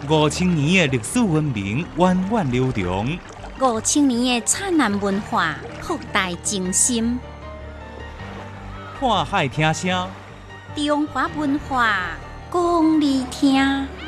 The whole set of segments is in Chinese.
5000年的历史文明源远流长 ，5000年的灿烂文化博大精深。 看海听声， 中华文化讲你听。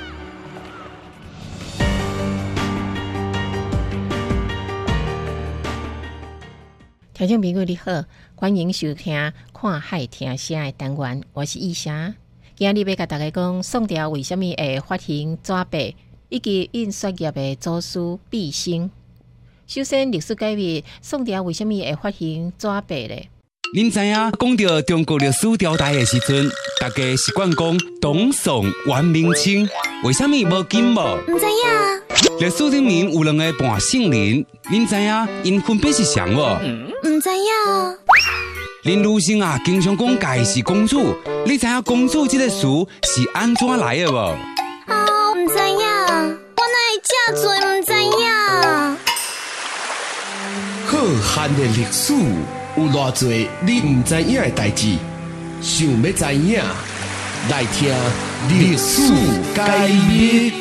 听众朋友你好，欢迎收听《看海听声》的单元，我是意霞。今日要甲大家讲，宋朝为什么会发行纸币，以及印刷业的祖师毕生。首先，历史解密，宋朝为什么会发行纸币呢？ 您知影讲到中国历史朝代的时阵，大家习惯讲东宋、元、明、清，为什么无金无？ 唔知影。 历史顶面有两个半圣人，您知影因分别是谁无？ 唔知影。 林女士啊，经常讲家是公主，你知影公主这个词是安怎来的无？ 哦，唔知影，我哪会这多唔知影？ 浩瀚的历史，有偌多你唔知影的代志，想要知影，来听历史解密。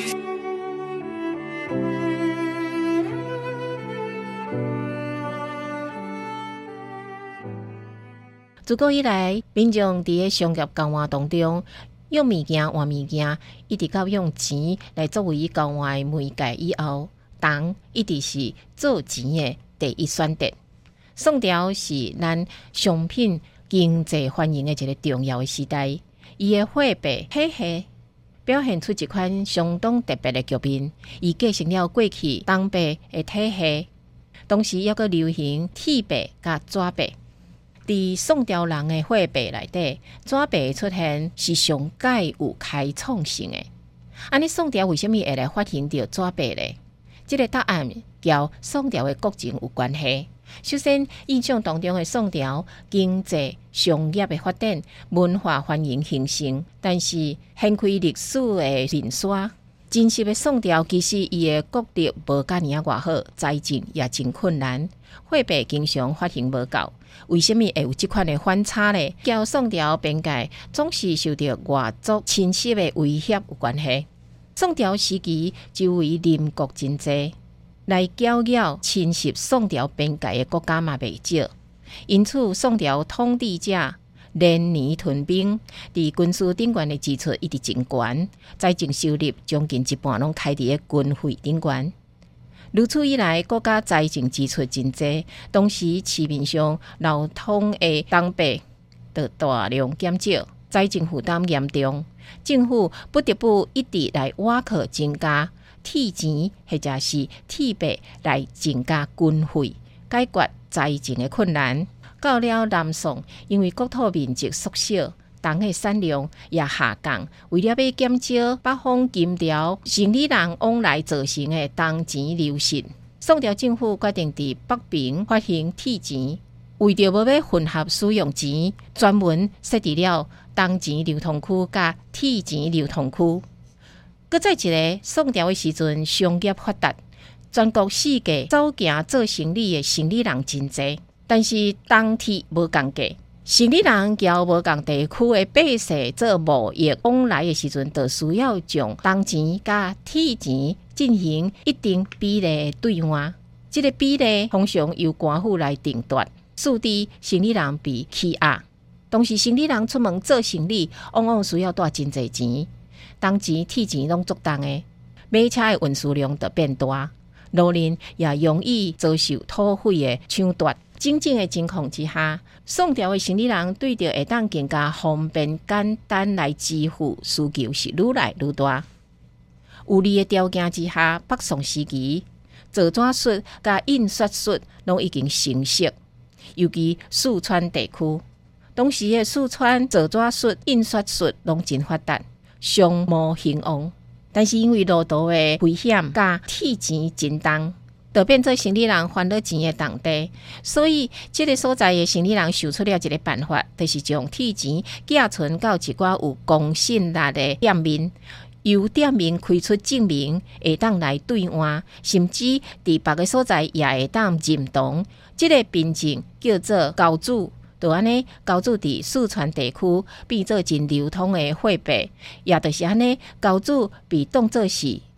自古以来，民众伫个商业交换当中，用物件换物件，一直到用钱来作为交换媒介以后，铜一直是做钱的第一选择。宋朝是咱商品经济繁荣的一个重要的时代，伊的货币体系表现出一款相当特别的局面，伊继承了过去铜币的体系，同时也个流行铁币甲纸币。伫宋朝人的货币内底，纸币出现是上界有开创性的。安尼宋朝为什么会来发行到纸币呢？这个答案交宋朝的国情有关系。首先，印象当中的宋朝经济、商业的发展、文化繁荣兴盛，但是掀开历史的面纱。真实的宋朝其实伊的国力无甲尔外好，财政也真困难，货币经常发行无够。为什么会有这款的反差呢？交宋朝边界总是受到外族侵袭的威胁有关系。宋朝时期周围邻国真多，来搅扰侵袭宋朝边界的国家嘛袂少，因此宋朝统治者连年屯兵，伫军事顶悬的支出一直真悬，财政收入将近一半拢开伫个军费顶悬。如此一来，国家财政支出真多，同时市面上流通的铜币就大量减少，财政负担严重。政府不得不一直来挖靠增加铁钱或者是铁币来增加军费，解决财政的困难。到了南宋，因为国土面积缩小，铜的产量也下降，为了要减少北方金条生理人往来造成的铜钱流失，宋朝政府决定伫北平发行铁钱，为着无要混合使用钱，专门设置了铜钱流通区甲铁钱流通区。搁再一个，宋朝的时阵商业发达，全国四界走行做生意的生理人真多，但是铜铁无共价。生理人交无共地区的百姓做贸易往来的时阵，就需要将铜钱甲铁钱进行一定比例的兑换。这个比例通常由官府来定夺，使得生理人被欺压。同时，生理人出门做生意，往往需要带真侪钱，铜钱、铁钱拢足重的，马车的运输量就变大，路人也容易遭受土匪的抢夺。真正的情况之下，宋朝的生理人对着会当更加方便简单来支付需求是愈来愈大。有利的条件之下，北宋时期造纸术甲印刷术拢已经成熟，尤其四川地区，当时的四川造纸术、印刷术拢真发达，商贸兴旺。但是因为路途的危险甲铁钱真重，就变做生理人还了钱的重地，所以这个所在的生理人想出了一个办法，就是将铁钱寄存到一寡有公信力的店面，由店面开出证明，会当来兑换，甚至伫别个所在也会当认同。这个凭证叫做交子。就安尼，交子伫四川地区变做真流通的货币，也就是安尼，交子被当作是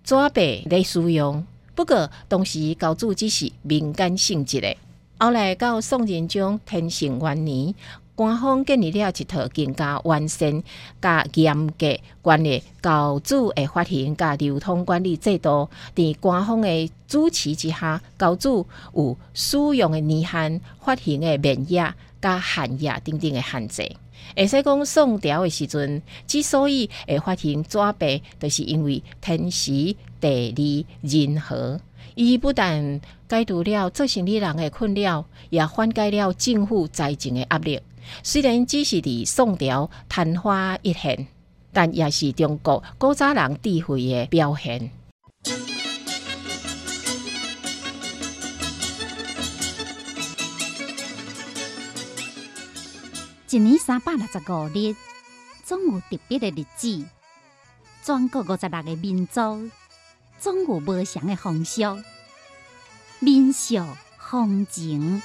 纸币来使用。不过当时交子只是民间性质的。后来到宋仁宗天圣元年，官方建立了一套更加完善、加严格管理交子的发行加流通管理制度。在官方的主持之下，交子有使用的年限、发行的面额、加限额等等的限制。会使讲宋朝的时阵，之所以会发行纸币，就是因为天时地利人和。伊不但解除了做生意人的困扰，也缓解了政府财政的压力。虽然只是伫宋朝昙花一现，但也是中国古早人智慧的表现。 一年365日，总有特别的日子。全国56个民族，总有无相的风俗、民俗、风情。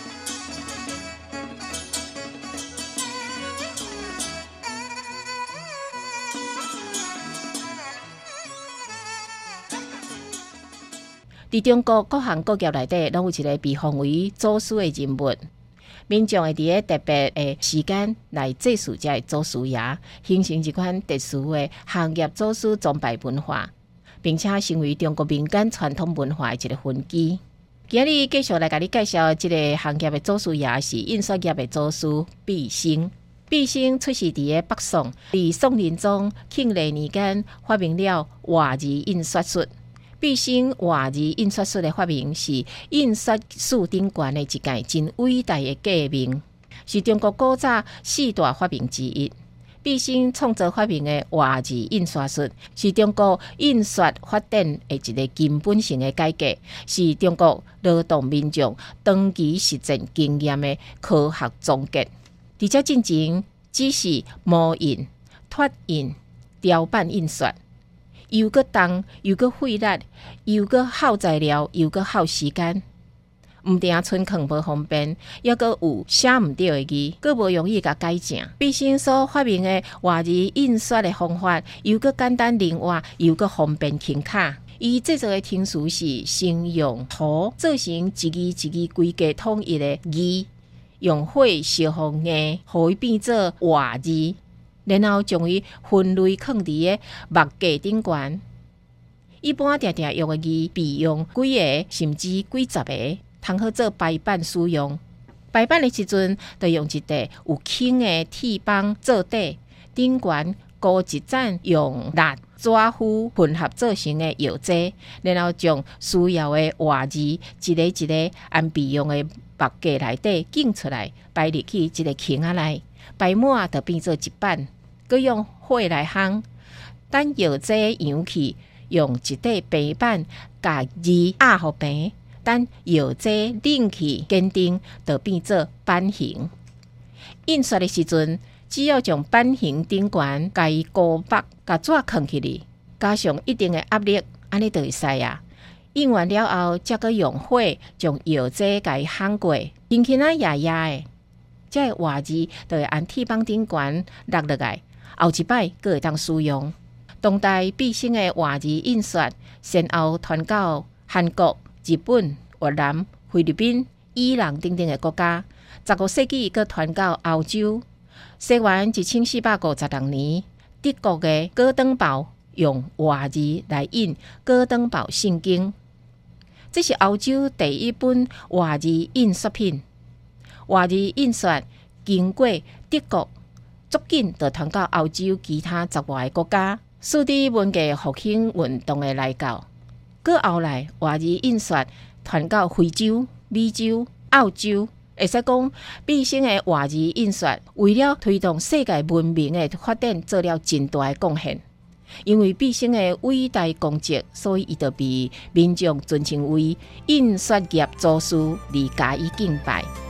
在中国各行各业内底，拢有一个被奉为祖师的人物。民众会伫特别的时间来祭祀这祖师爷，形成一款特殊的行业祖师崇拜文化，并且成为中国民间传统文化的一个分支。今日继续来给你介绍这个行业的祖师爷是印刷业的祖师毕升。毕升出世伫北宋，在宋仁宗庆历年间发明了画字印刷术。毕升画字印刷术的发明是印刷术顶悬的一件真伟大的革命，是中国古早4大发明之一。毕升创造发明的画字印刷术，是中国印刷发展的一个根本性的改革，是中国劳动民众长期实践经验的科学总结。伫这进前只是模印、拓印、雕版印刷。又搁重，又搁费力，又搁耗材料，又搁耗时间。毋定存放无方便，抑搁有写毋对的字，搁无容易甲改正。毕升所发明的画字印刷的方法，又搁简单灵活，又搁方便轻卡。伊制作的天书是先用图做成一字一字规格统一的字，用火烧红硬，互伊变做画字。然后将伊分类放伫个木架顶悬。一般常常用的字，备用几个甚至几十个，通好做排版使用。排版的时阵，就用一块有轻的铁棒做底，顶悬高一盏用蜡、纸糊混合做成的药剂，然后将需要的画字一个一个按备用的木架内底拣出来，摆入去一个框仔内，摆满就变做一版。佮用火来烘，等药剂扬起，用一块白板甲字压好平，等药剂冷去坚定，就变做版型。印刷的时阵，只要将版型顶悬，甲伊固绑，甲纸放起哩，加上一定的压力，安尼就会使啊。印完了后，则佮用火将药剂甲伊烘过，轻轻啊压压的，这画字就会按铁棒顶悬落落来。后一摆，阁会当使用。当代毕升的画字印刷，先后传到韩国、日本、越南、菲律宾、伊朗等等的国家。15世纪，阁传到欧洲。西元1456年，德国的哥登堡用画字来印《哥登堡圣经》，这是欧洲第一本画字印刷品。画字印刷经过德国。足紧就传到欧洲其他10外个国家，随着文艺复兴运动的来到，搁后来画字印刷传到非洲、美洲、澳洲，会使讲毕升的画字印刷为了推动世界文明的发展做了真大的贡献。因为毕升的伟大功绩，所以伊就被民众尊称为印刷业祖师，而加以敬拜。